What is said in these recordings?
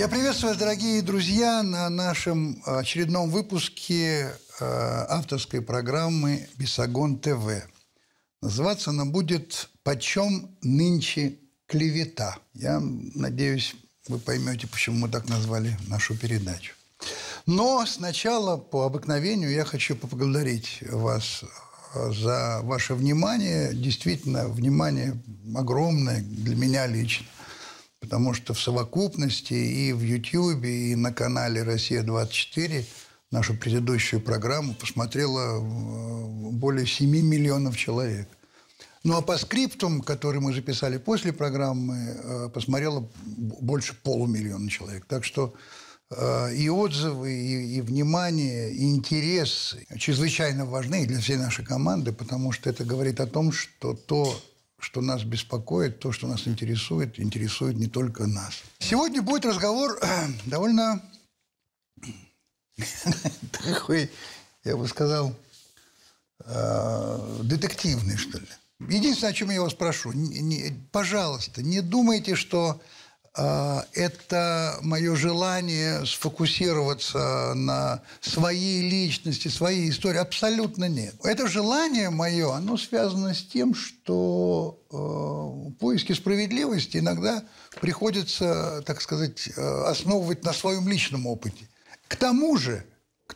Я приветствую вас, дорогие друзья, на нашем очередном выпуске авторской программы «Бесогон ТВ». Называться она будет «Почем нынче клевета?». Я надеюсь, вы поймете, почему мы так назвали нашу передачу. Но сначала, по обыкновению, я хочу поблагодарить вас за ваше внимание. Действительно, внимание огромное для меня лично. Потому что в совокупности и в Ютьюбе, и на канале «Россия-24» нашу предыдущую программу посмотрело более 7 миллионов человек. Ну, а по скриптум, который мы записали после программы, посмотрело больше 500 000 человек. Так что и отзывы, и внимание, и интерес чрезвычайно важны для всей нашей команды, потому что это говорит о том, что то, что нас беспокоит, то, что нас интересует не только нас. Сегодня будет разговор довольно такой, я бы сказал, детективный, что ли. Единственное, о чем я вас прошу, пожалуйста, не думайте, что это мое желание сфокусироваться на своей личности, своей истории. Абсолютно нет. Это желание мое, оно связано с тем, что поиски справедливости иногда приходится, так сказать, основывать на своем личном опыте. К тому же,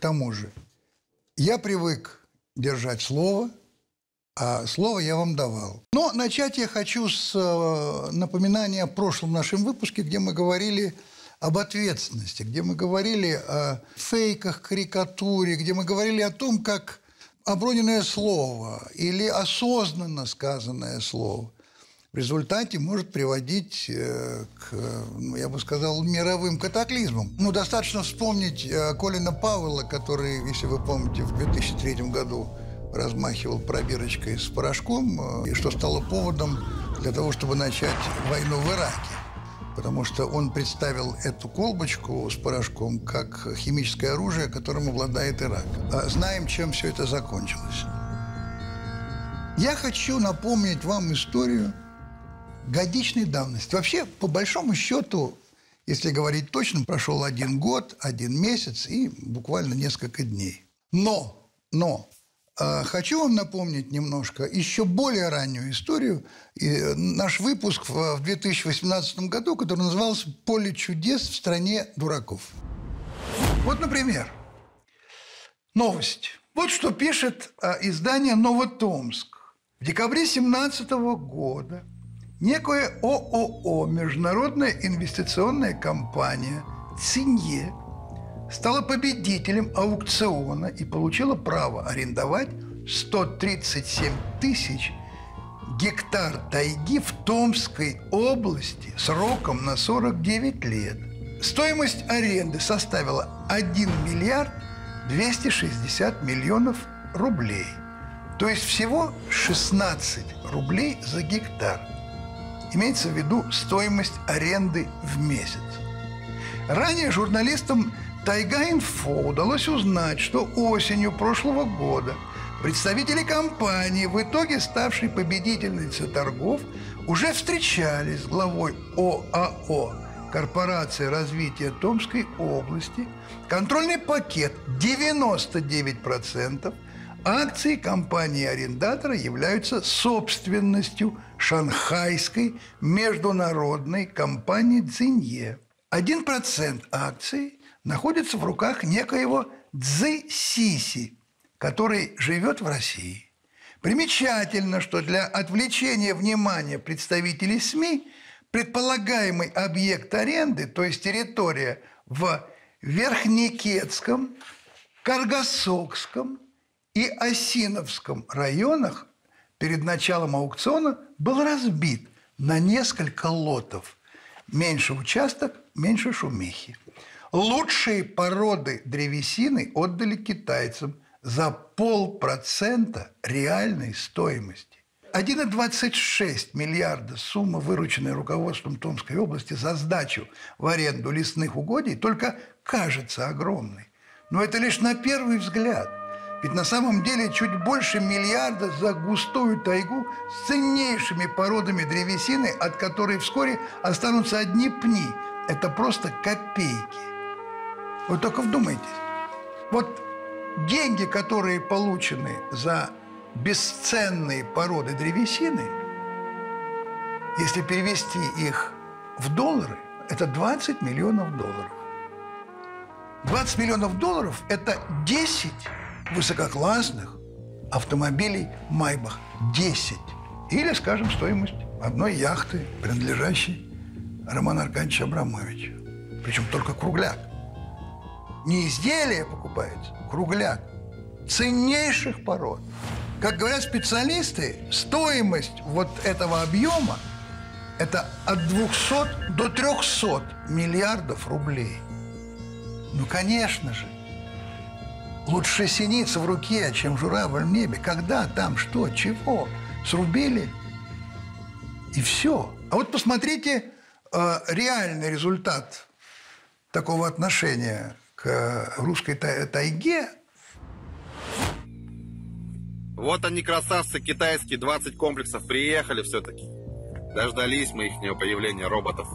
я привык держать слово, а слово я вам давал. Но начать я хочу с напоминания о прошлом нашем выпуске, где мы говорили об ответственности, где мы говорили о фейках, карикатуре, где мы говорили о том, как оброненное слово или осознанно сказанное слово в результате может приводить к, я бы сказал, мировым катаклизмам. Ну, достаточно вспомнить Колина Пауэлла, который, если вы помните, в 2003 году размахивал пробирочкой с порошком, и что стало поводом для того, чтобы начать войну в Ираке. Потому что он представил эту колбочку с порошком как химическое оружие, которым обладает Ирак. Знаем, чем все это закончилось. Я хочу напомнить вам историю годичной давности. Вообще, по большому счету, если говорить точно, прошел 1 год, 1 месяц и буквально несколько дней. Но хочу вам напомнить немножко еще более раннюю историю. Наш выпуск в 2018 году, который назывался «Поле чудес в стране дураков». Вот, например, новость. Вот что пишет издание «Новотомск». В декабре 2017 года некое ООО, международная инвестиционная компания «Цинье», стала победителем аукциона и получила право арендовать 137 000 гектар тайги в Томской области сроком на 49 лет. Стоимость аренды составила 1 миллиард 260 миллионов рублей. То есть всего 16 рублей за гектар. Имеется в виду стоимость аренды в месяц. Ранее журналистам Тайга-Инфо удалось узнать, что осенью прошлого года представители компании, в итоге ставшей победительницей торгов, уже встречались с главой ОАО «Корпорация развития Томской области». Контрольный пакет 99% акций компании-арендатора являются собственностью шанхайской международной компании «Цзинье». 1% акций находится в руках некоего Цзы Сиси, который живет в России. Примечательно, что для отвлечения внимания представителей СМИ предполагаемый объект аренды, то есть территория в Верхнекетском, Каргасокском и Осиновском районах перед началом аукциона был разбит на несколько лотов. Меньше участок, меньше шумихи. Лучшие породы древесины отдали китайцам за 0,5% реальной стоимости. 1,26 миллиарда сумма, вырученная руководством Томской области за сдачу в аренду лесных угодий, только кажется огромной. Но это лишь на первый взгляд. Ведь на самом деле чуть больше миллиарда за густую тайгу с ценнейшими породами древесины, от которой вскоре останутся одни пни, это просто копейки. Вы только вдумайтесь. Вот деньги, которые получены за бесценные породы древесины, если перевести их в доллары, это 20 миллионов долларов. 20 миллионов долларов – это 10 высококлассных автомобилей «Майбах». 10. Или, скажем, стоимость одной яхты, принадлежащей Роману Аркадьевичу Абрамовичу. Причем только кругляк. Не изделие покупается, кругляк. Ценнейших пород. Как говорят специалисты, стоимость вот этого объема – это от 200 до 300 миллиардов рублей. Ну, конечно же. Лучше синица в руке, чем журавль в небе. Когда там, что, чего? Срубили, и все. А вот посмотрите реальный результат такого отношения к русской тайге. Вот они, красавцы китайские, 20 комплексов приехали все-таки. Дождались мы их появления, роботов.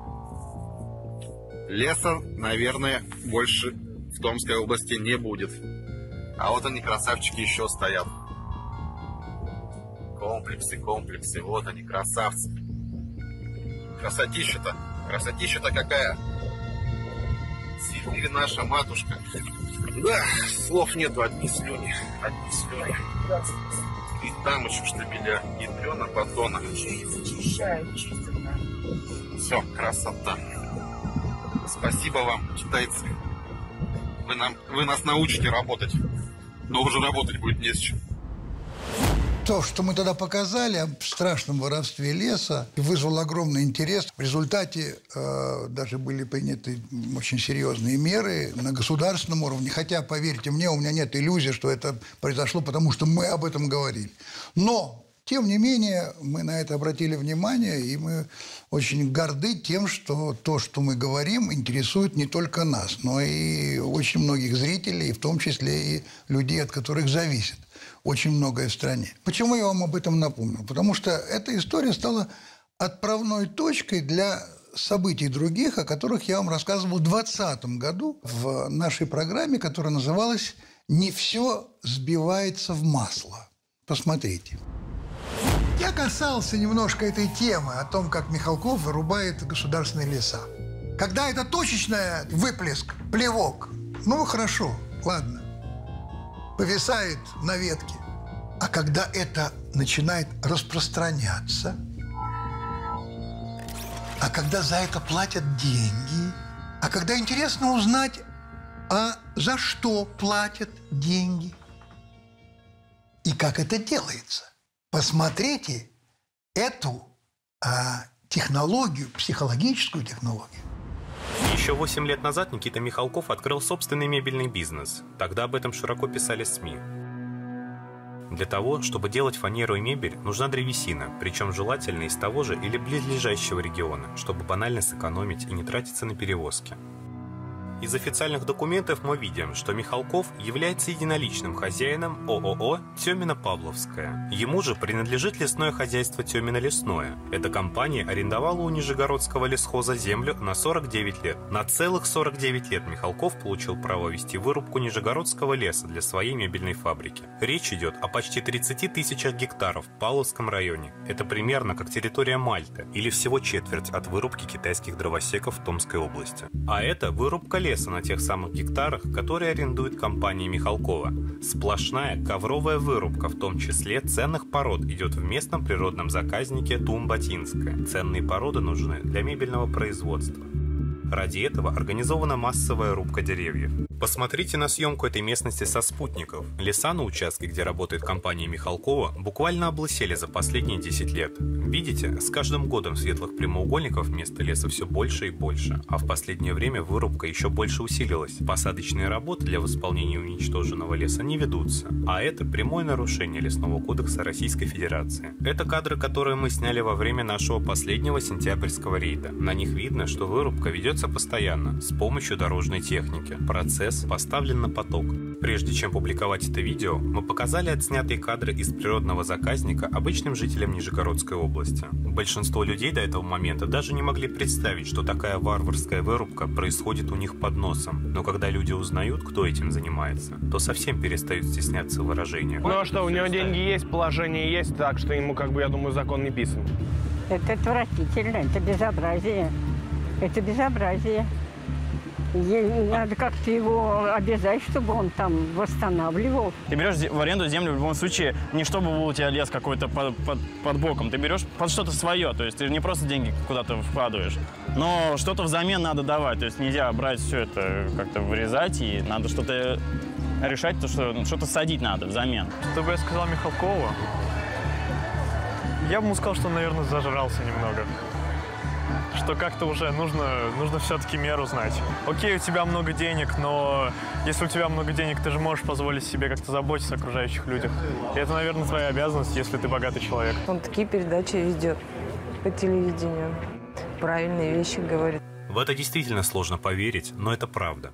Леса, наверное, больше в Томской области не будет. А вот они, красавчики, еще стоят. Комплексы, вот они, красавцы. Красотища-то какая. Сибирь наша матушка. Да, слов нету, одни слюни. И там еще штабеля ядрена батона. Все, красота. Спасибо вам, китайцы. Вы нас научите работать. Но уже работать будет не с чем. То, что мы тогда показали о страшном воровстве леса, вызвало огромный интерес. В результате даже были приняты очень серьезные меры на государственном уровне. Хотя, поверьте мне, у меня нет иллюзий, что это произошло, потому что мы об этом говорили. Но, тем не менее, мы на это обратили внимание, и мы очень горды тем, что то, что мы говорим, интересует не только нас, но и очень многих зрителей, в том числе и людей, от которых зависит очень многое в стране. Почему я вам об этом напомнил? Потому что эта история стала отправной точкой для событий других, о которых я вам рассказывал в 2020 году в нашей программе, которая называлась «Не все сбивается в масло». Посмотрите. Я касался немножко этой темы о том, как Михалков вырубает государственные леса. Когда это точечный выплеск, плевок, ну хорошо, ладно, повисает на ветке. А когда это начинает распространяться, а когда за это платят деньги, а когда интересно узнать, а за что платят деньги и как это делается. Посмотрите эту технологию, психологическую технологию. Еще 8 лет назад Никита Михалков открыл собственный мебельный бизнес. Тогда об этом широко писали СМИ. Для того, чтобы делать фанеру и мебель, нужна древесина, причем желательно из того же или близлежащего региона, чтобы банально сэкономить и не тратиться на перевозки. Из официальных документов мы видим, что Михалков является единоличным хозяином ООО «Тёмино-Павловская». Ему же принадлежит лесное хозяйство «Тёмино-Лесное». Эта компания арендовала у Нижегородского лесхоза землю на 49 лет. На целых 49 лет Михалков получил право вести вырубку Нижегородского леса для своей мебельной фабрики. Речь идет о почти 30 тысячах гектаров в Павловском районе. Это примерно как территория Мальты, или всего четверть от вырубки китайских дровосеков в Томской области. А это вырубка леса на тех самых гектарах, которые арендует компания Михалкова. Сплошная ковровая вырубка, в том числе ценных пород, идет в местном природном заказнике Тумбатинская. Ценные породы нужны для мебельного производства. Ради этого организована массовая рубка деревьев. Посмотрите на съемку этой местности со спутников. Леса на участке, где работает компания Михалкова, буквально облысели за последние 10 лет. Видите, с каждым годом светлых прямоугольников вместо леса все больше и больше, а в последнее время вырубка еще больше усилилась. Посадочные работы для восполнения уничтоженного леса не ведутся, а это прямое нарушение Лесного кодекса Российской Федерации. Это кадры, которые мы сняли во время нашего последнего сентябрьского рейда. На них видно, что вырубка ведется ведется постоянно, с помощью дорожной техники. Процесс поставлен на поток. Прежде чем публиковать это видео, мы показали отснятые кадры из природного заказника обычным жителям Нижегородской области. Большинство людей до этого момента даже не могли представить, что такая варварская вырубка происходит у них под носом. Но когда люди узнают, кто этим занимается, то совсем перестают стесняться в выражениях. Ну а что, у него деньги есть, положение есть, так что ему, я думаю, закон не писан. Это отвратительно, это безобразие. Это безобразие. Надо как-то его обязать, чтобы он там восстанавливал. Ты берешь в аренду землю в любом случае не чтобы был у тебя лес какой-то под боком. Ты берешь под что-то свое. То есть ты не просто деньги куда-то вкладываешь, но что-то взамен надо давать. То есть нельзя брать все это как-то вырезать, и надо что-то решать, то что что-то садить надо взамен. Что бы я сказал Михалкову? Я бы ему сказал, что, наверное, зажрался немного. Что как-то уже нужно все-таки меру знать. Окей, у тебя много денег, но если у тебя много денег, ты же можешь позволить себе как-то заботиться о окружающих людях. И это, наверное, твоя обязанность, если ты богатый человек. Он такие передачи ведет по телевидению. Правильные вещи говорит. В это действительно сложно поверить, но это правда.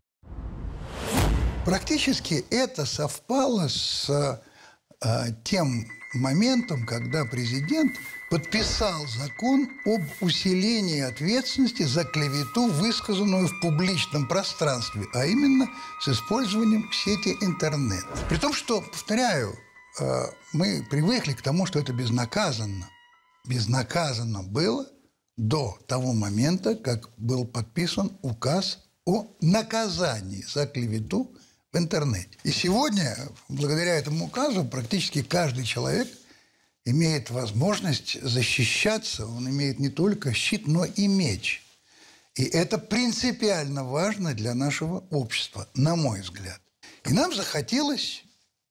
Практически это совпало с тем моментом, когда президент подписал закон об усилении ответственности за клевету, высказанную в публичном пространстве, а именно с использованием сети интернет. При том, что, повторяю, мы привыкли к тому, что это безнаказанно. Безнаказанно было до того момента, как был подписан указ о наказании за клевету в интернете. И сегодня, благодаря этому указу, практически каждый человек имеет возможность защищаться. Он имеет не только щит, но и меч. И это принципиально важно для нашего общества, на мой взгляд. И нам захотелось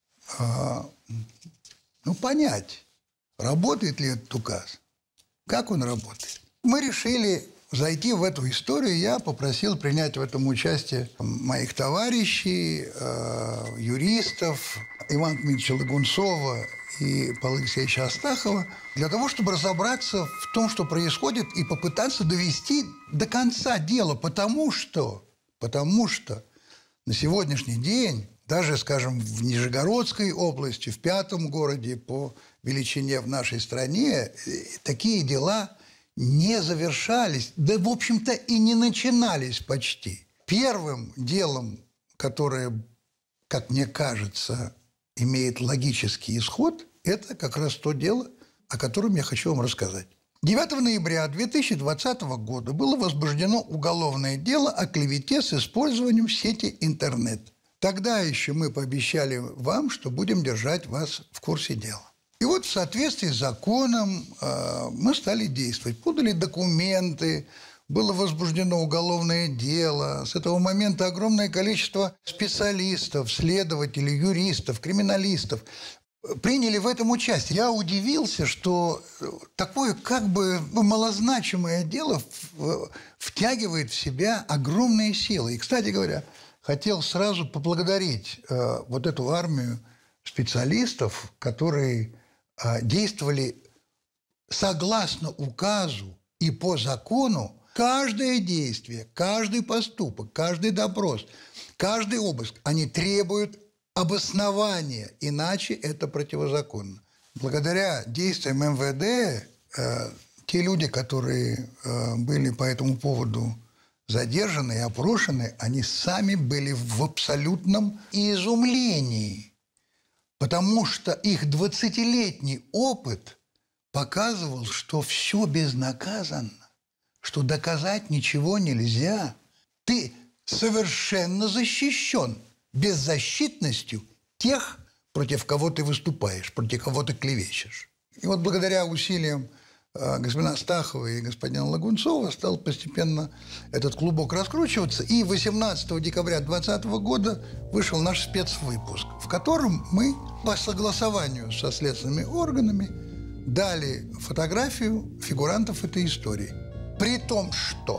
понять, работает ли этот указ, как он работает. Мы решили зайти в эту историю. Я попросил принять в этом участие моих товарищей, юристов, Ивана Дмитриевича Лагунцова и Павла Алексеевича Астахова, для того, чтобы разобраться в том, что происходит, и попытаться довести до конца дело. Потому что на сегодняшний день, даже, скажем, в Нижегородской области, в 5-м городе по величине в нашей стране, такие дела не завершались, да, в общем-то, и не начинались почти. Первым делом, которое, как мне кажется, имеет логический исход, это как раз то дело, о котором я хочу вам рассказать. 9 ноября 2020 года было возбуждено уголовное дело о клевете с использованием сети интернет. Тогда еще мы пообещали вам, что будем держать вас в курсе дела. И вот в соответствии с законом мы стали действовать. Подали документы, было возбуждено уголовное дело. С этого момента огромное количество специалистов, следователей, юристов, криминалистов приняли в этом участие. Я удивился, что такое как бы малозначимое дело втягивает в себя огромные силы. И, кстати говоря, хотел сразу поблагодарить вот эту армию специалистов, которые действовали согласно указу и по закону. Каждое действие, каждый поступок, каждый допрос, каждый обыск, они требуют обоснования, иначе это противозаконно. Благодаря действиям МВД те люди, которые были по этому поводу задержаны и опрошены, они сами были в абсолютном изумлении. Потому что их 20-летний опыт показывал, что все безнаказанно, что доказать ничего нельзя. Ты совершенно защищен беззащитностью тех, против кого ты выступаешь, против кого ты клевещешь. И вот благодаря усилиям господина Астахова и господина Лагунцова стал постепенно этот клубок раскручиваться. И 18 декабря 2020 года вышел наш спецвыпуск, в котором мы по согласованию со следственными органами дали фотографию фигурантов этой истории. При том, что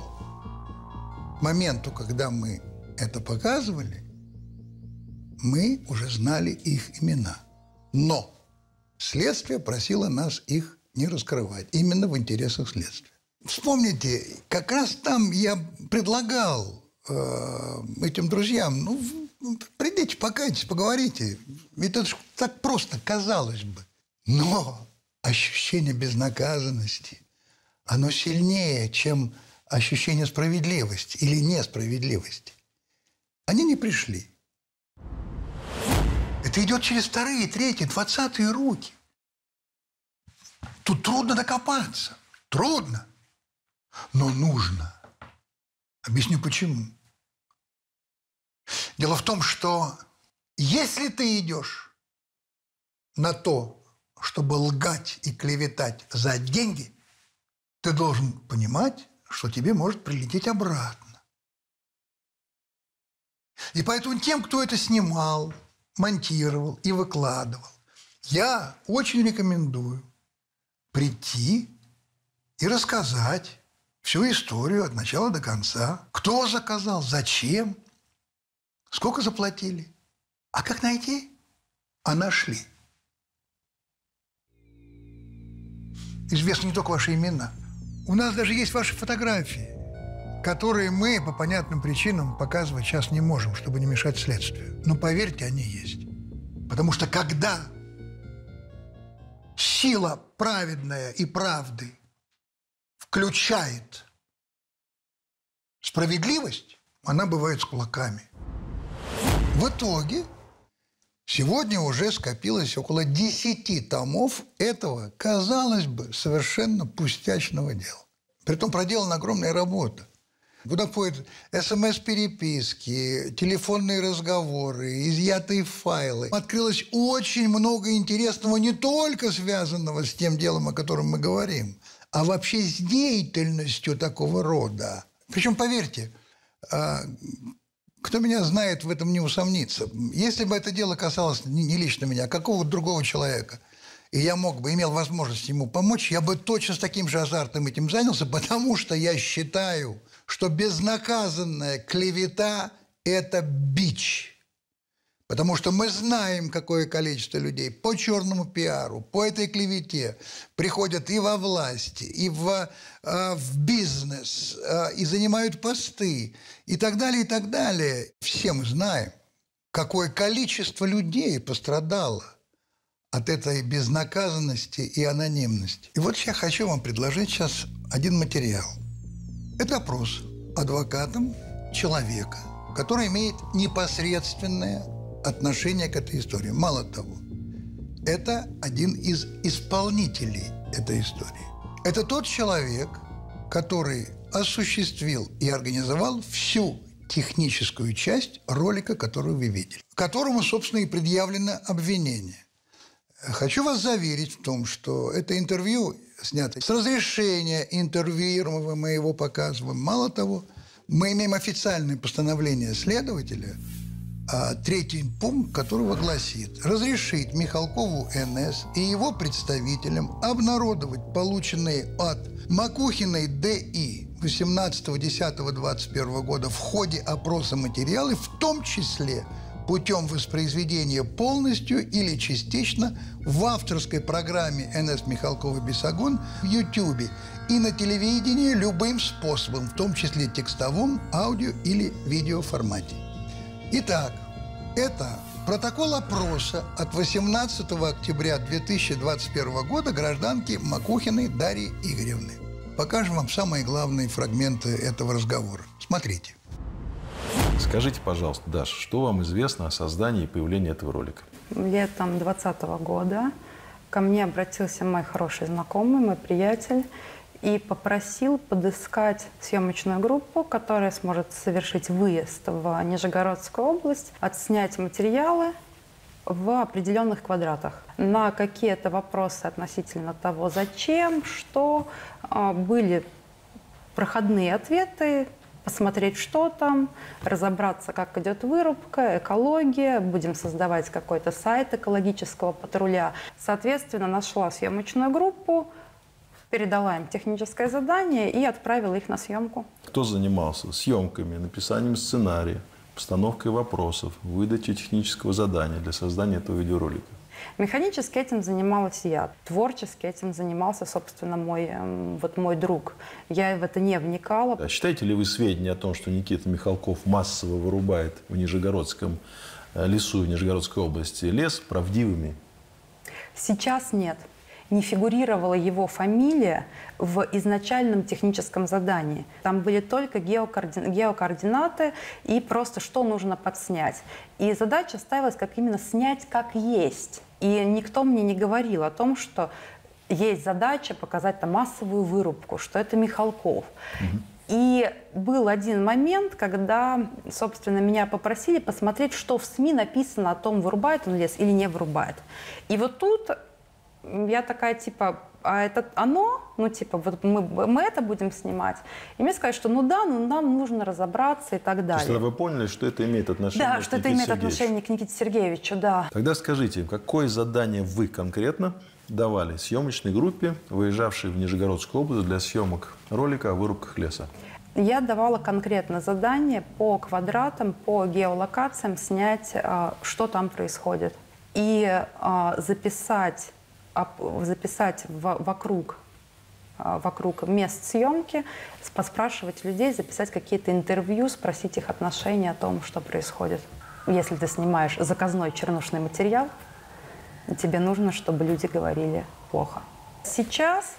к моменту, когда мы это показывали, мы уже знали их имена. Но следствие просило нас их не раскрывать, именно в интересах следствия. Вспомните, как раз там я предлагал этим друзьям, придите, покайтесь, поговорите. Ведь это так просто, казалось бы. Но ощущение безнаказанности, оно сильнее, чем ощущение справедливости или несправедливости. Они не пришли. Это идет через вторые, третьи, 20-е руки. Тут трудно докопаться. Трудно. Но нужно. Объясню почему. Дело в том, что если ты идешь на то, чтобы лгать и клеветать за деньги, ты должен понимать, что тебе может прилететь обратно. И поэтому тем, кто это снимал, монтировал и выкладывал, я очень рекомендую прийти и рассказать всю историю от начала до конца. Кто заказал, зачем, сколько заплатили. А как найти? А нашли. Известны не только ваши имена. У нас даже есть ваши фотографии, которые мы по понятным причинам показывать сейчас не можем, чтобы не мешать следствию. Но поверьте, они есть. Потому что когда сила праведная и правды включает справедливость, она бывает с кулаками. В итоге сегодня уже скопилось около 10 томов этого, казалось бы, совершенно пустячного дела. Притом проделана огромная работа. Куда входят СМС-переписки, телефонные разговоры, изъятые файлы. Открылось очень много интересного, не только связанного с тем делом, о котором мы говорим, а вообще с деятельностью такого рода. Причем, поверьте, кто меня знает, в этом не усомнится. Если бы это дело касалось не лично меня, а какого-то другого человека, и я имел возможность ему помочь, я бы точно с таким же азартом этим занялся, потому что я считаю, что безнаказанная клевета – это бич. Потому что мы знаем, какое количество людей по черному пиару, по этой клевете приходят и во власти, и в бизнес, и занимают посты, и так далее, и так далее. Все мы знаем, какое количество людей пострадало от этой безнаказанности и анонимности. И вот я хочу вам предложить сейчас один материал. Это опрос адвокатом человека, который имеет непосредственное отношение к этой истории. Мало того, это один из исполнителей этой истории. Это тот человек, который осуществил и организовал всю техническую часть ролика, который вы видели, которому, собственно, и предъявлено обвинение. Хочу вас заверить в том, что это интервью снято с разрешения интервьюируемого, мы его показываем. Мало того, мы имеем официальное постановление следователя, третий пункт которого гласит: разрешить Михалкову НС и его представителям обнародовать полученные от Макухиной ДИ 18.10.21 года в ходе опроса материалы, в том числе путем воспроизведения полностью или частично в авторской программе НС Михалкова-Бесогон в YouTube и на телевидении любым способом, в том числе текстовом, аудио или видеоформате. Итак, это протокол опроса от 18 октября 2021 года гражданки Макухиной Дарьи Игоревны. Покажем вам самые главные фрагменты этого разговора. Смотрите. Скажите, пожалуйста, Даша, что вам известно о создании и появлении этого ролика? Летом 2020 года ко мне обратился мой хороший знакомый, мой приятель, и попросил подыскать съемочную группу, которая сможет совершить выезд в Нижегородскую область, отснять материалы в определенных квадратах. На какие-то вопросы относительно того, зачем, что, были проходные ответы, посмотреть, что там, разобраться, как идет вырубка, экология, будем создавать какой-то сайт экологического патруля. Соответственно, нашла съемочную группу, передала им техническое задание и отправила их на съемку. Кто занимался съемками, написанием сценария, постановкой вопросов, выдачей технического задания для создания этого видеоролика? Механически этим занималась я. Творчески этим занимался, собственно, мой друг. Я в это не вникала. А считаете ли вы сведения о том, что Никита Михалков массово вырубает в Нижегородском лесу, в Нижегородской области лес, правдивыми? Сейчас нет. Не фигурировала его фамилия в изначальном техническом задании. Там были только геокоординаты и просто что нужно подснять. И задача ставилась как именно снять как есть. И никто мне не говорил о том, что есть задача показать там массовую вырубку, что это Михалков. И был один момент, когда, собственно, меня попросили посмотреть, что в СМИ написано о том, вырубает он лес или не вырубает. И вот тут я такая, типа, а это оно? Ну, типа, вот мы это будем снимать? И мне сказали, что ну да, ну нам нужно разобраться и так далее. То есть вы поняли, что это имеет отношение к Никите Сергеевичу? Да, что это имеет отношение к Никите Сергеевичу, да. Тогда скажите, какое задание вы конкретно давали съемочной группе, выезжавшей в Нижегородскую область для съемок ролика о вырубках леса? Я давала конкретно задание по квадратам, по геолокациям снять, что там происходит. И записать вокруг мест съемки, поспрашивать людей, записать какие-то интервью, спросить их отношения о том, что происходит. Если ты снимаешь заказной чернушный материал, тебе нужно, чтобы люди говорили плохо. Сейчас,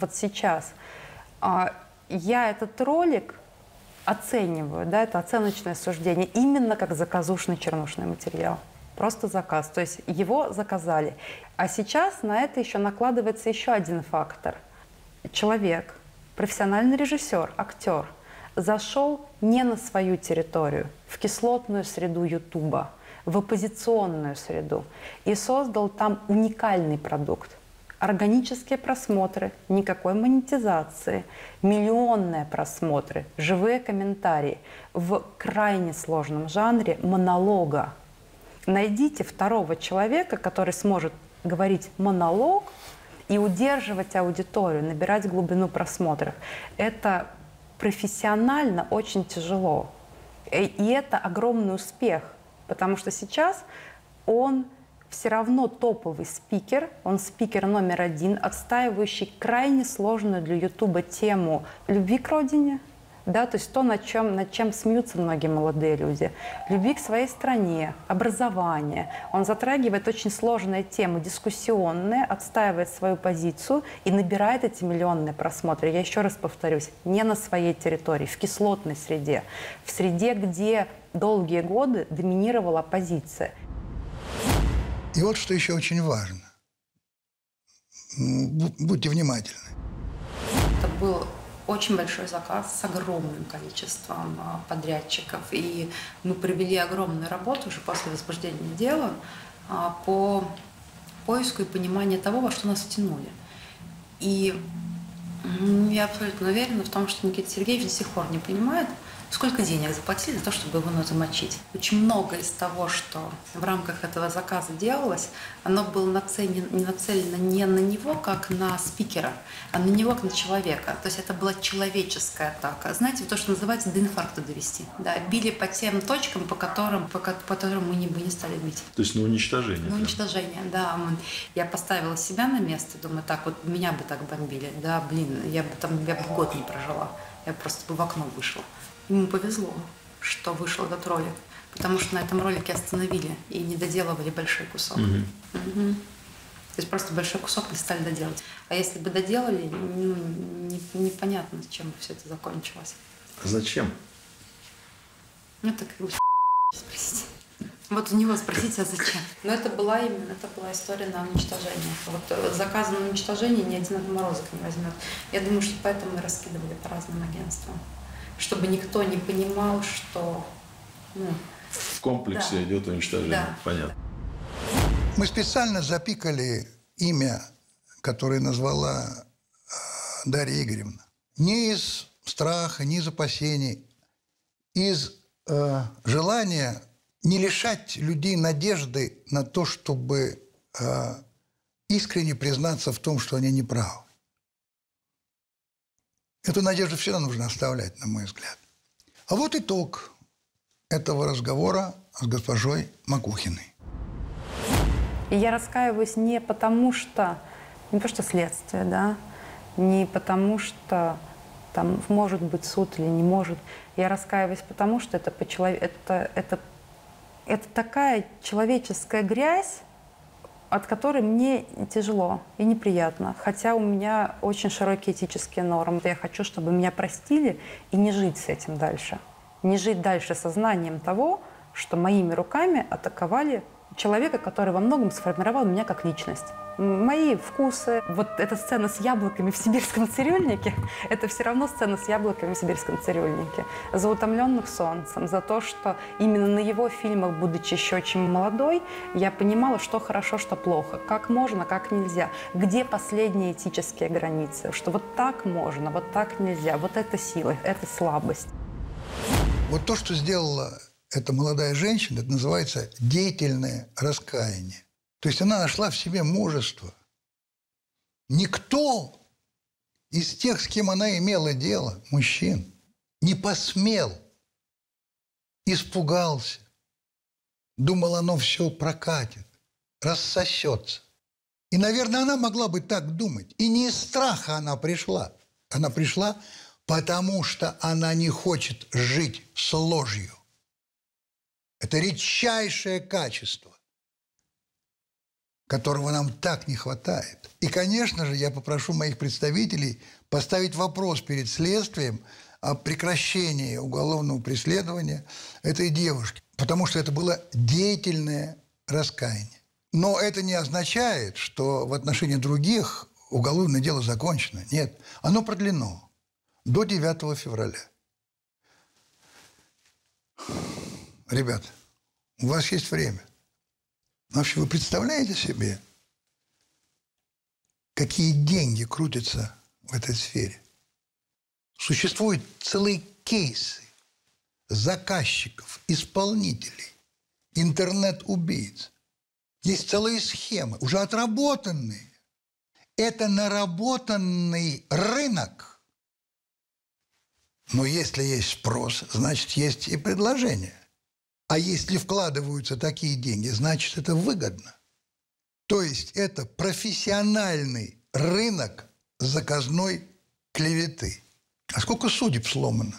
я этот ролик оцениваю, да, это оценочное суждение, именно как заказушный чернушный материал. Просто заказ. То есть его заказали. А сейчас на это еще накладывается еще один фактор. Человек, профессиональный режиссер, актер, зашел не на свою территорию, в кислотную среду Ютуба, в оппозиционную среду и создал там уникальный продукт. Органические просмотры, никакой монетизации, миллионные просмотры, живые комментарии в крайне сложном жанре монолога. Найдите второго человека, который сможет говорить монолог и удерживать аудиторию, набирать глубину просмотров. Это профессионально очень тяжело. И это огромный успех, потому что сейчас он все равно топовый спикер, он спикер номер один, отстаивающий крайне сложную для Ютуба тему любви к родине, да, то есть то, над чем смеются многие молодые люди. Любви к своей стране, образование. Он затрагивает очень сложные темы, дискуссионные, отстаивает свою позицию и набирает эти миллионные просмотры. Я еще раз повторюсь, не на своей территории, в кислотной среде, в среде, где долгие годы доминировала оппозиция. И вот что еще очень важно. Будьте внимательны. Это был очень большой заказ с огромным количеством подрядчиков. И мы провели огромную работу уже после возбуждения дела по поиску и пониманию того, во что нас втянули. И я абсолютно уверена в том, что Никита Сергеевич до сих пор не понимает, сколько денег заплатили за то, чтобы его замочить. Очень много из того, что в рамках этого заказа делалось, оно было нацелено не на него, как на спикера, а на него, как на человека. То есть это была человеческая атака. Знаете, то, что называется до инфаркта довести. Да, били по тем точкам, по которым мы не стали бить. То есть на уничтожение? На уничтожение, да. Я поставила себя на место, думаю, так вот меня бы так бомбили. Да, блин, я бы год не прожила. Я просто бы в окно вышла. Ему повезло, что вышел этот ролик, потому что на этом ролике остановили и не доделывали большой кусок. То есть просто большой кусок не стали доделать. А если бы доделали, непонятно, чем бы все это закончилось. Зачем? Это как бы спросите. Вот у него спросите, а зачем? Но это была история на уничтожение. Вот заказ на уничтожение ни один отморозок не возьмет. Я думаю, что поэтому мы раскидывали по разным агентствам. Чтобы никто не понимал, что... в комплексе идет уничтожение. Да. Понятно. Мы специально запикали имя, которое назвала Дарья Игоревна. Не из страха, не из опасений, из желания не лишать людей надежды на то, чтобы искренне признаться в том, что они не правы. Эту надежду всегда нужно оставлять, на мой взгляд. А вот итог этого разговора с госпожой Макухиной. И я раскаиваюсь не потому что, не потому что следствие, да, не потому что там может быть суд или не может. Я раскаиваюсь потому, что это такая человеческая грязь, от которой мне тяжело и неприятно. Хотя у меня очень широкие этические нормы. Я хочу, чтобы меня простили и не жить с этим дальше. Не жить дальше сознанием того, что моими руками атаковали человека, который во многом сформировал меня как личность. Мои вкусы. Вот эта сцена с яблоками в сибирском цирюльнике, это все равно сцена с яблоками в сибирском цирюльнике. За «Утомленных солнцем», за то, что именно на его фильмах, будучи еще очень молодой, я понимала, что хорошо, что плохо, как можно, как нельзя, где последние этические границы, что вот так можно, вот так нельзя, вот это сила, это слабость. Вот то, что сделала эта молодая женщина, это называется деятельное раскаяние. То есть она нашла в себе мужество. Никто из тех, с кем она имела дело, мужчин, не посмел, испугался, думал, оно все прокатит, рассосется. И, наверное, она могла бы так думать. И не из страха она пришла. Она пришла, потому что она не хочет жить с ложью. Это редчайшее качество, которого нам так не хватает. И, конечно же, я попрошу моих представителей поставить вопрос перед следствием о прекращении уголовного преследования этой девушки, потому что это было деятельное раскаяние. Но это не означает, что в отношении других уголовное дело закончено. Нет, оно продлено до 9 февраля. Ребят, у вас есть время. Вообще, вы представляете себе, какие деньги крутятся в этой сфере? Существуют целые кейсы заказчиков, исполнителей, интернет-убийц. Есть целые схемы, уже отработанные. Это наработанный рынок. Но если есть спрос, значит, есть и предложение. А если вкладываются такие деньги, значит, это выгодно. То есть это профессиональный рынок заказной клеветы. А сколько судеб сломано?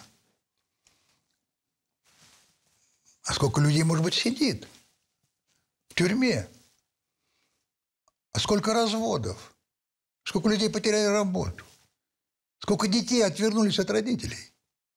А сколько людей, может быть, сидит в тюрьме? А сколько разводов? Сколько людей потеряли работу? Сколько детей отвернулись от родителей?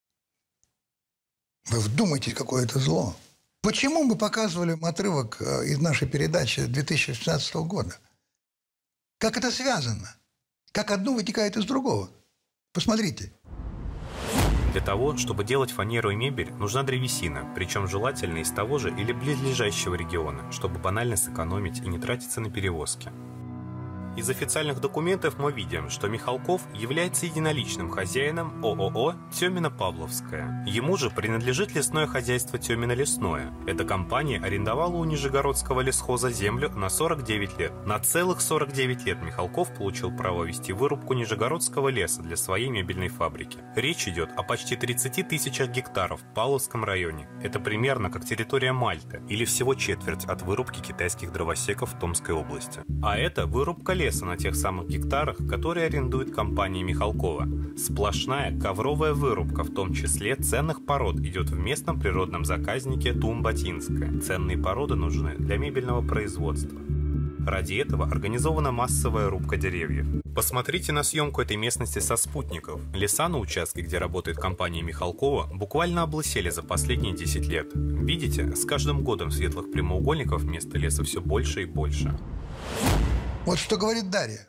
Вы вдумайтесь, какое это зло. Почему мы показывали отрывок из нашей передачи 2016 года? Как это связано? Как одно вытекает из другого? Посмотрите. Для того, чтобы делать фанеру и мебель, нужна древесина, причем желательно из того же или близлежащего региона, чтобы банально сэкономить и не тратиться на перевозки. Из официальных документов мы видим, что Михалков является единоличным хозяином ООО «Тёмино-Павловская». Ему же принадлежит лесное хозяйство «Тёмино-Лесное». Эта компания арендовала у Нижегородского лесхоза землю на 49 лет. На целых 49 лет Михалков получил право вести вырубку Нижегородского леса для своей мебельной фабрики. Речь идет о почти 30 тысячах гектаров в Павловском районе. Это примерно как территория Мальты, или всего четверть от вырубки китайских дровосеков в Томской области. А это вырубка леса на тех самых гектарах, которые арендует компания Михалкова. Сплошная ковровая вырубка, в том числе ценных пород, идет в местном природном заказнике Тумботинская. Ценные породы нужны для мебельного производства. Ради этого организована массовая рубка деревьев. Посмотрите на съемку этой местности со спутников. Леса на участке, где работает компания Михалкова, буквально облысели за последние 10 лет. Видите, с каждым годом светлых прямоугольников вместо леса все больше и больше. Вот что говорит Дарья.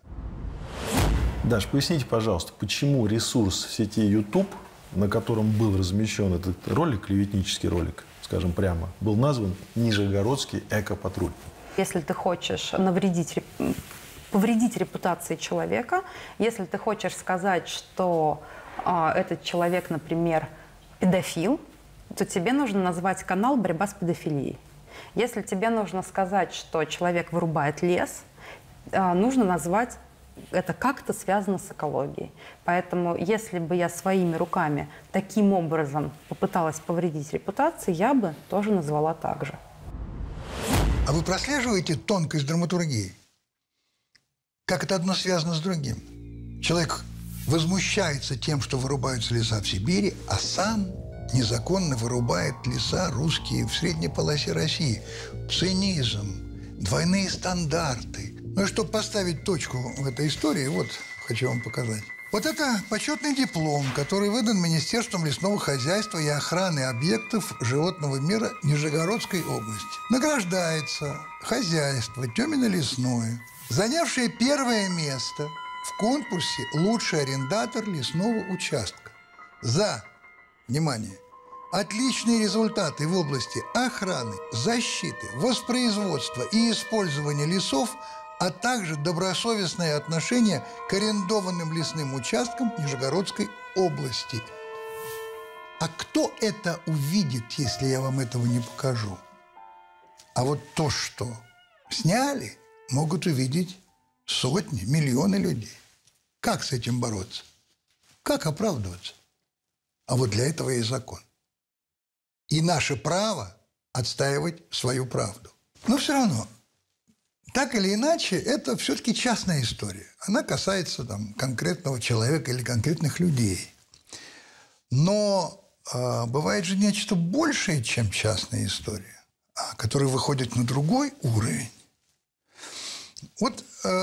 Даш, поясните, пожалуйста, почему ресурс сети YouTube, на котором был размещен этот ролик, клеветнический ролик, скажем прямо, был назван «Нижегородский экопатруль»? Если ты хочешь повредить репутации человека, если ты хочешь сказать, что этот человек, например, педофил, то тебе нужно назвать канал «Борьба с педофилией». Если тебе нужно сказать, что человек вырубает лес, нужно назвать это как-то связано с экологией. Поэтому, если бы я своими руками таким образом попыталась повредить репутацию, я бы тоже назвала так же. А вы прослеживаете тонкость драматургии? Как это одно связано с другим? Человек возмущается тем, что вырубаются леса в Сибири, а сам незаконно вырубает леса русские в средней полосе России. Цинизм, двойные стандарты. Ну и чтобы поставить точку в этой истории, вот хочу вам показать. Вот это почетный диплом, который выдан Министерством лесного хозяйства и охраны объектов животного мира Нижегородской области. Награждается хозяйство Тёмино-лесное, занявшее первое место в конкурсе «Лучший арендатор лесного участка» за, внимание, отличные результаты в области охраны, защиты, воспроизводства и использования лесов, а также добросовестное отношение к арендованным лесным участкам Нижегородской области. А кто это увидит, если я вам этого не покажу? А вот то, что сняли, могут увидеть сотни, миллионы людей. Как с этим бороться? Как оправдываться? А вот для этого есть закон. И наше право отстаивать свою правду. Но все равно, так или иначе, это все-таки частная история. Она касается там конкретного человека или конкретных людей. Но бывает же нечто большее, чем частная история, которая выходит на другой уровень. Вот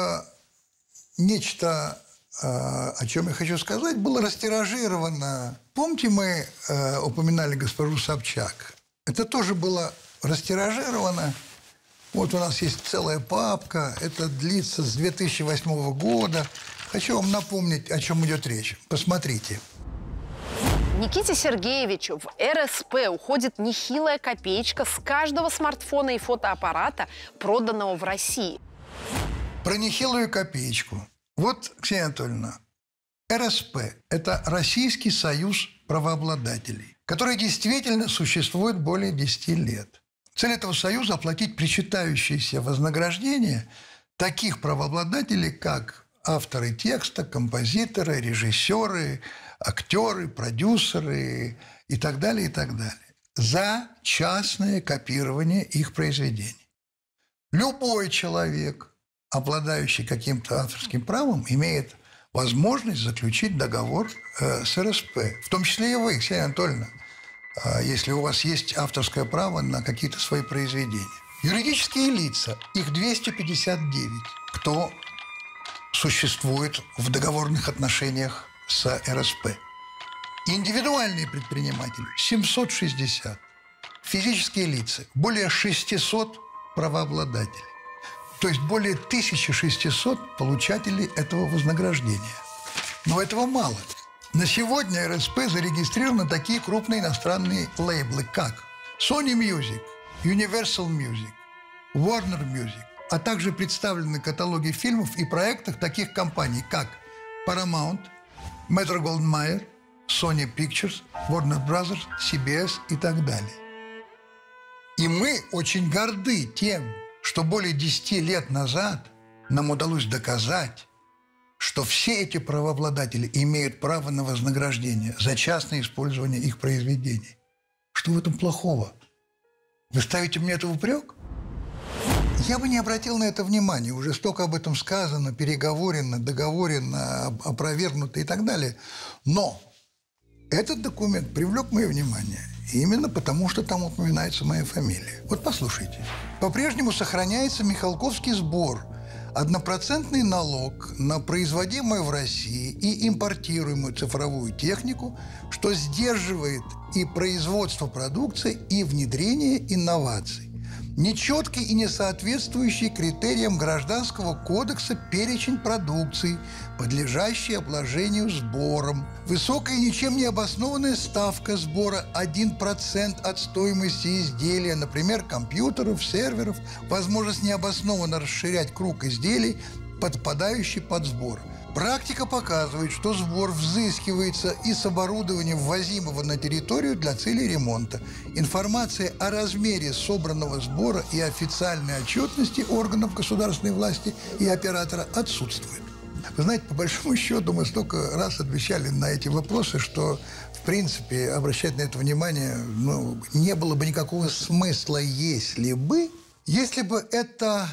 нечто, о чем я хочу сказать, было растиражировано. Помните, мы упоминали госпожу Собчак? Это тоже было растиражировано. Вот у нас есть целая папка, это длится с 2008 года. Хочу вам напомнить, о чем идет речь. Посмотрите. Никите Сергеевичу в РСП уходит нехилая копеечка с каждого смартфона и фотоаппарата, проданного в России. Про нехилую копеечку. Вот, Ксения Анатольевна, РСП – это Российский союз правообладателей, который действительно существует более 10 лет. Цель этого союза – оплатить причитающиеся вознаграждения таких правообладателей, как авторы текста, композиторы, режиссеры, актеры, продюсеры и так далее, за частное копирование их произведений. Любой человек, обладающий каким-то авторским правом, имеет возможность заключить договор с РСП, в том числе и вы, Ксения Анатольевна, если у вас есть авторское право на какие-то свои произведения. Юридические лица, их 259, кто существует в договорных отношениях с РСП. Индивидуальные предприниматели – 760. Физические лица – более 600 правообладателей. То есть более 1600 получателей этого вознаграждения. Но этого мало. На сегодня РСП зарегистрированы такие крупные иностранные лейблы, как Sony Music, Universal Music, Warner Music, а также представлены каталоги фильмов и проектов таких компаний, как Paramount, Metro-Goldwyn-Mayer, Sony Pictures, Warner Brothers, CBS и так далее. И мы очень горды тем, что более 10 лет назад нам удалось доказать, что все эти правообладатели имеют право на вознаграждение за частное использование их произведений. Что в этом плохого? Вы ставите мне это в упрек? Я бы не обратил на это внимания. Уже столько об этом сказано, переговорено, договорено, опровергнуто и так далее. Но этот документ привлек мое внимание именно потому, что там упоминается моя фамилия. Вот послушайте. По-прежнему сохраняется Михалковский сбор, 1% налог на производимую в России и импортируемую цифровую технику, что сдерживает и производство продукции, и внедрение инноваций. Нечеткий и не соответствующий критериям Гражданского кодекса перечень продукции, подлежащей обложению сбором. Высокая и ничем не обоснованная ставка сбора 1% от стоимости изделия, например, компьютеров, серверов, возможность необоснованно расширять круг изделий, подпадающий под сбор. Практика показывает, что сбор взыскивается и с оборудования, ввозимого на территорию для целей ремонта. Информация о размере собранного сбора и официальной отчетности органов государственной власти и оператора отсутствует. Вы знаете, по большому счету мы столько раз отвечали на эти вопросы, что, в принципе, обращать на это внимание не было бы никакого смысла, если бы Если бы это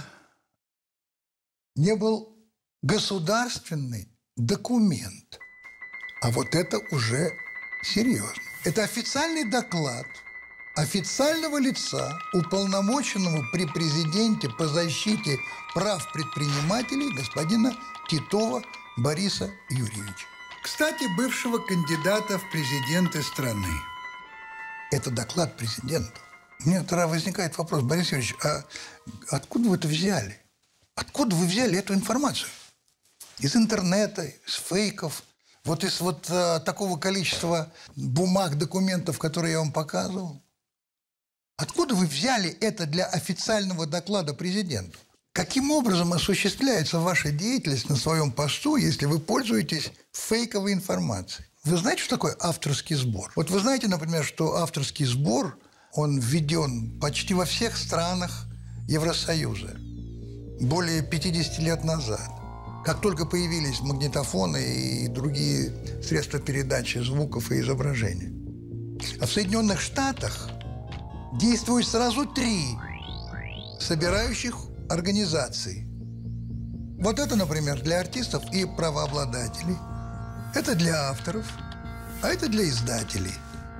не был государственный документ, а вот это уже серьезно. Это официальный доклад официального лица, уполномоченного при президенте по защите прав предпринимателей господина Титова Бориса Юрьевича. Кстати, бывшего кандидата в президенты страны. Это доклад президенту. У меня тогда возникает вопрос: Борис Юрьевич, а откуда вы это взяли? Откуда вы взяли эту информацию? Из интернета, из фейков, вот из такого количества бумаг, документов, которые я вам показывал? Откуда вы взяли это для официального доклада президенту? Каким образом осуществляется ваша деятельность на своем посту, если вы пользуетесь фейковой информацией? Вы знаете, что такое авторский сбор? Вот вы знаете, например, что авторский сбор, он введен почти во всех странах Евросоюза более 50 лет назад. Как только появились магнитофоны и другие средства передачи звуков и изображений. А в Соединенных Штатах действует сразу 3 собирающих организации. Вот это, например, для артистов и правообладателей. Это для авторов, а это для издателей.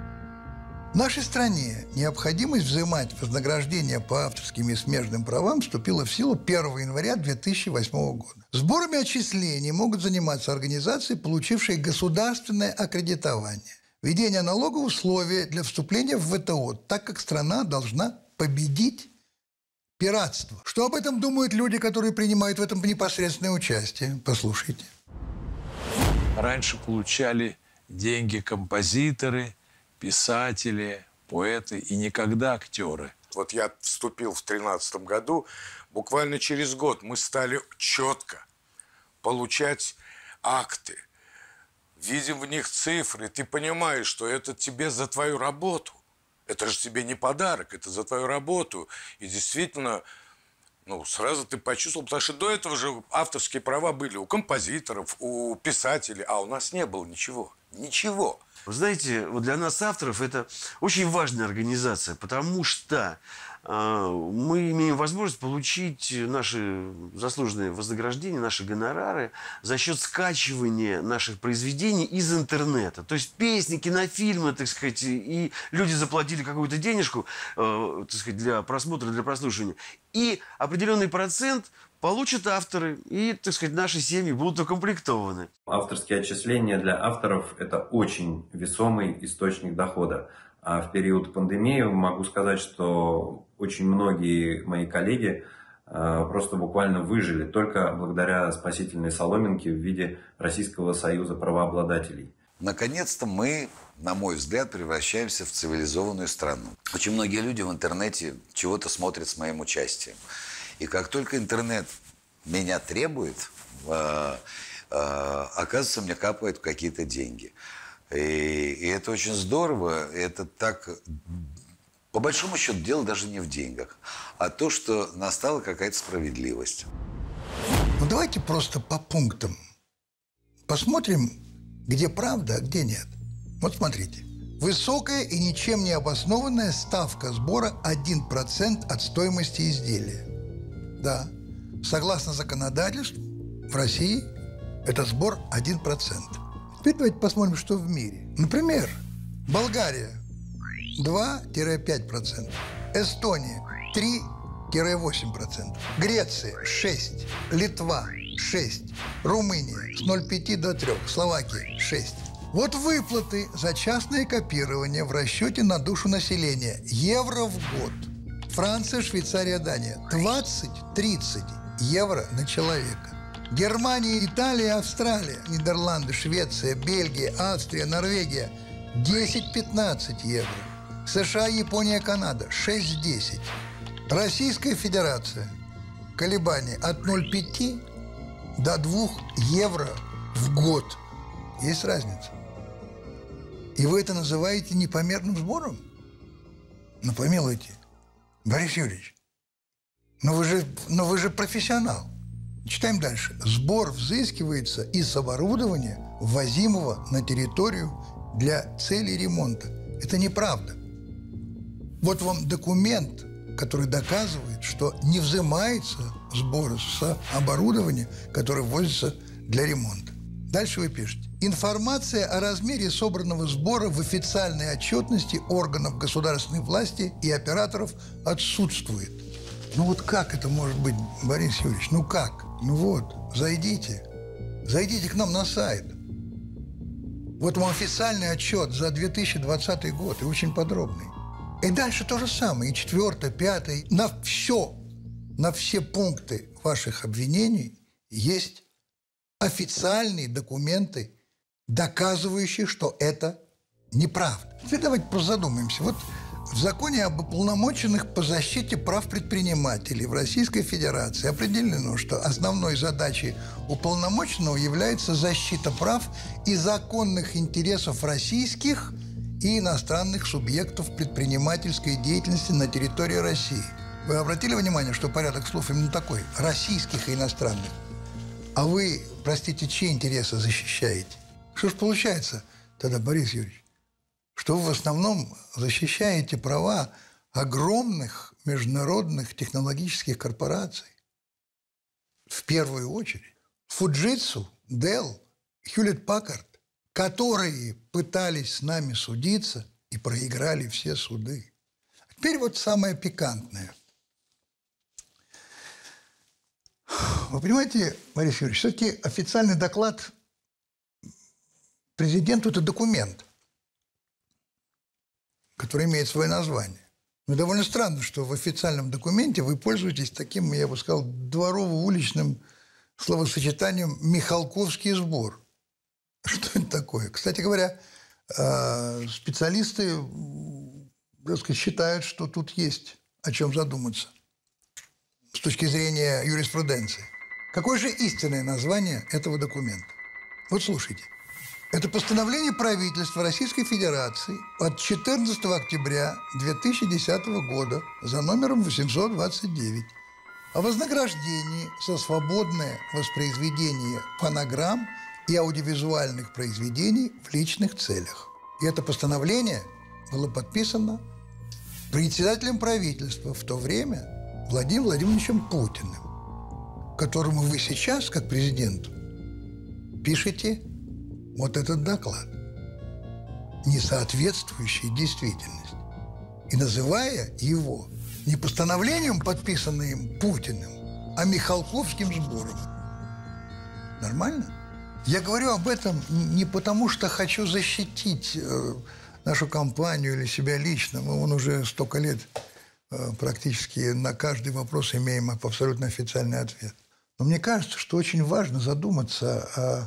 В нашей стране необходимость взимать вознаграждение по авторским и смежным правам вступила в силу 1 января 2008 года. Сборами отчислений могут заниматься организации, получившие государственное аккредитование. Введение налога – условие для вступления в ВТО, так как страна должна победить пиратство. Что об этом думают люди, которые принимают в этом непосредственное участие? Послушайте. Раньше получали деньги композиторы, писатели, поэты и никогда актеры. Вот я вступил в 2013 году, буквально через год мы стали четко получать акты. Видим в них цифры, ты понимаешь, что это тебе за твою работу. Это же тебе не подарок, это за твою работу. И действительно, сразу ты почувствовал, потому что до этого же авторские права были у композиторов, у писателей, а у нас не было ничего. Ничего. Вы знаете, вот для нас, авторов, это очень важная организация, потому что мы имеем возможность получить наши заслуженные вознаграждения, наши гонорары за счет скачивания наших произведений из интернета. То есть песни, кинофильмы, так сказать, и люди заплатили какую-то денежку, так сказать, для просмотра, для прослушивания. И определенный процент получат авторы, и, так сказать, наши семьи будут укомплектованы. Авторские отчисления для авторов – это очень весомый источник дохода. А в период пандемии могу сказать, что очень многие мои коллеги просто буквально выжили только благодаря спасительной соломинке в виде Российского союза правообладателей. Наконец-то мы, на мой взгляд, превращаемся в цивилизованную страну. Очень многие люди в интернете чего-то смотрят с моим участием. И как только интернет меня требует, оказывается, мне капают какие-то деньги. И это очень здорово. Это так, по большому счету, дело даже не в деньгах, а то, что настала какая-то справедливость. Давайте просто по пунктам посмотрим, где правда, а где нет. Вот смотрите. Высокая и ничем не обоснованная ставка сбора 1% от стоимости изделия. Да, согласно законодательству, в России это сбор 1%. Теперь давайте посмотрим, что в мире. Например, Болгария 2-5%, Эстония 3-8%, Греция 6%, Литва 6%, Румыния с 0,5 до 3%, Словакия 6%. Вот выплаты за частное копирование в расчете на душу населения. Евро в год. Франция, Швейцария, Дания. 20-30 евро на человека. Германия, Италия, Австралия, Нидерланды, Швеция, Бельгия, Австрия, Норвегия. 10-15 евро. США, Япония, Канада. 6-10. Российская Федерация. Колебания от 0,5 до 2 евро в год. Есть разница. И вы это называете непомерным сбором? Ну, помилуйте. Борис Юрьевич, но вы же профессионал. Читаем дальше. Сбор взыскивается из оборудования, ввозимого на территорию для целей ремонта. Это неправда. Вот вам документ который доказывает, что не взимается сбор с оборудования, которое ввозится для ремонта. Дальше вы пишете. Информация о размере собранного сбора в официальной отчетности органов государственной власти и операторов отсутствует. Ну вот как это может быть, Борис Юрьевич? Ну как? Ну вот, зайдите. Зайдите к нам на сайт. Вот вам официальный отчет за 2020 год, и очень подробный. И дальше то же самое, и 4-й, 5-й. На все пункты ваших обвинений есть официальные документы, доказывающие, что это неправда. Теперь давайте просто задумаемся. Вот в законе об уполномоченных по защите прав предпринимателей в Российской Федерации определено, что основной задачей уполномоченного является защита прав и законных интересов российских и иностранных субъектов предпринимательской деятельности на территории России. Вы обратили внимание, что порядок слов именно такой – российских и иностранных? А вы, простите, чьи интересы защищаете? Что ж получается тогда, Борис Юрьевич? Что вы в основном защищаете права огромных международных технологических корпораций. В первую очередь. Fujitsu, Dell, Hewlett-Packard, которые пытались с нами судиться и проиграли все суды. А теперь вот самое пикантное. Вы понимаете, Борис Юрьевич, все-таки официальный доклад президенту – это документ, который имеет свое название. Но довольно странно, что в официальном документе вы пользуетесь таким, я бы сказал, дворово-уличным словосочетанием «Михалковский сбор». Что это такое? Кстати говоря, специалисты, так сказать, считают, что тут есть о чем задуматься с точки зрения юриспруденции. Какое же истинное название этого документа? Вот слушайте. Это постановление правительства Российской Федерации от 14 октября 2010 года за номером 829 о вознаграждении за свободное воспроизведение фонограмм и аудиовизуальных произведений в личных целях. И это постановление было подписано председателем правительства в то время Владимиром Владимировичем Путиным, которому вы сейчас, как президенту, пишете вот этот доклад, не соответствующий действительности, и называя его не постановлением, подписанным Путиным, а Михалковским сбором. Нормально? Я говорю об этом не потому, что хочу защитить нашу компанию или себя лично. Мы уже столько лет практически на каждый вопрос имеем абсолютно официальный ответ. Но мне кажется, что очень важно задуматься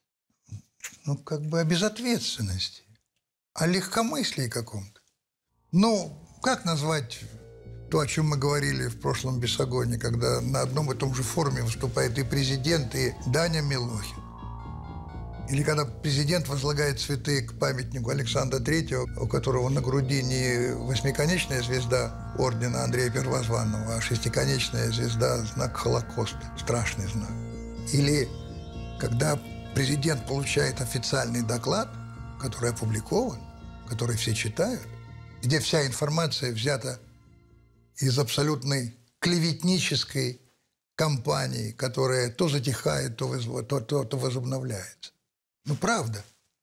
о безответственности, о легкомыслии каком-то. Как назвать то, о чем мы говорили в прошлом бесогоне, когда на одном и том же форуме выступает и президент, и Даня Милохин? Или когда президент возлагает цветы к памятнику Александра III, у которого на груди не восьмиконечная звезда ордена Андрея Первозванного, а шестиконечная звезда, знак Холокоста, страшный знак. Или когда президент получает официальный доклад, который опубликован, который все читают, где вся информация взята из абсолютной клеветнической кампании, которая то затихает, то возобновляется. Правда.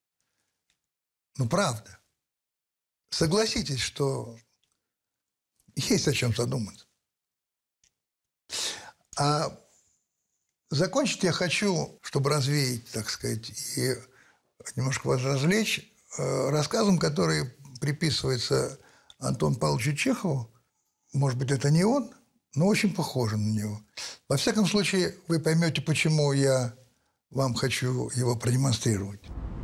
Правда. Согласитесь, что есть о чем задуматься. А закончить я хочу, чтобы развеять, так сказать, и немножко вас развлечь, рассказом, который приписывается Антону Павловичу Чехову. Может быть, это не он, но очень похоже на него. Во всяком случае, вы поймете, почему я вам хочу его продемонстрировать.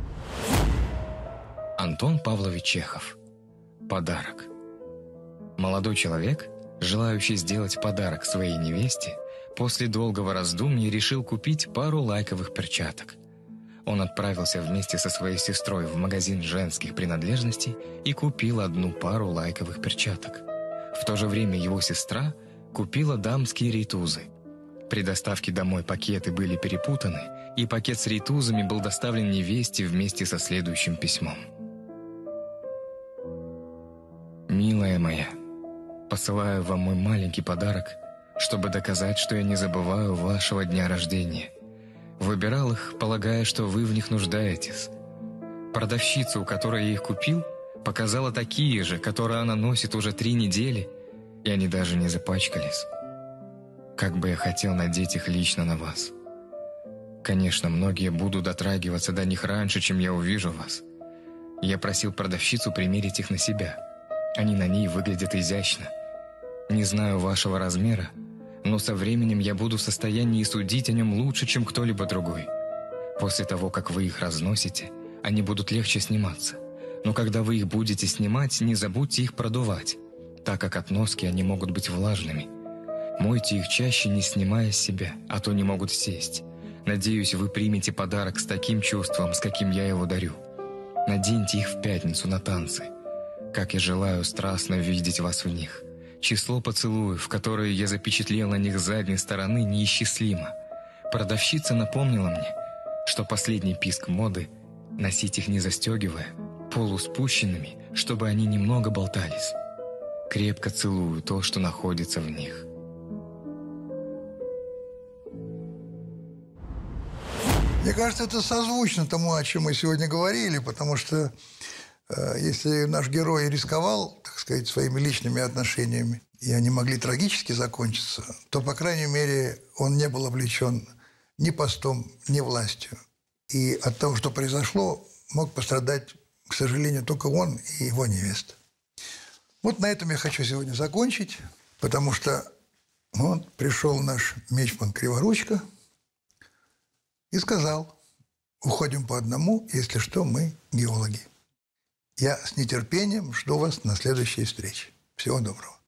Антон Павлович Чехов. Подарок. Молодой человек, желающий сделать подарок своей невесте, после долгого раздумья решил купить пару лайковых перчаток. Он отправился вместе со своей сестрой в магазин женских принадлежностей и купил одну пару лайковых перчаток. В то же время его сестра купила дамские рейтузы. При доставке домой пакеты были перепутаны, и пакет с рейтузами был доставлен невесте вместе со следующим письмом. «Милая моя, Посылаю вам мой маленький подарок, чтобы доказать, что я не забываю вашего дня рождения. Выбирал их, полагая, что вы в них нуждаетесь. Продавщица, у которой я их купил, показала такие же, которые она носит уже 3 недели, и они даже не запачкались. Как бы я хотел надеть их лично на вас. Конечно, многие будут дотрагиваться до них раньше, чем я увижу вас. Я просил продавщицу примерить их на себя. Они на ней выглядят изящно. Не знаю вашего размера, но со временем я буду в состоянии судить о нем лучше, чем кто-либо другой. После того, как вы их разносите, они будут легче сниматься. Но когда вы их будете снимать, не забудьте их продувать, так как от носки они могут быть влажными. Мойте их чаще, не снимая с себя, а то не могут сесть. Надеюсь, вы примете подарок с таким чувством, с каким я его дарю. Наденьте их в пятницу на танцы. Как я желаю страстно видеть вас в них. Число поцелуев, которые я запечатлел на них с задней стороны, неисчислимо. Продавщица напомнила мне, что последний писк моды – носить их не застегивая, полуспущенными, чтобы они немного болтались. Крепко целую то, что находится в них. Мне кажется, это созвучно тому, о чем мы сегодня говорили, потому что если наш герой рисковал, так сказать, своими личными отношениями, и они могли трагически закончиться, то, по крайней мере, он не был облечен ни постом, ни властью. И от того, что произошло, мог пострадать, к сожалению, только он и его невеста. Вот на этом я хочу сегодня закончить, потому что вот пришел наш мичман Криворучка и сказал: уходим по одному, если что, мы геологи. Я с нетерпением жду вас на следующей встрече. Всего доброго.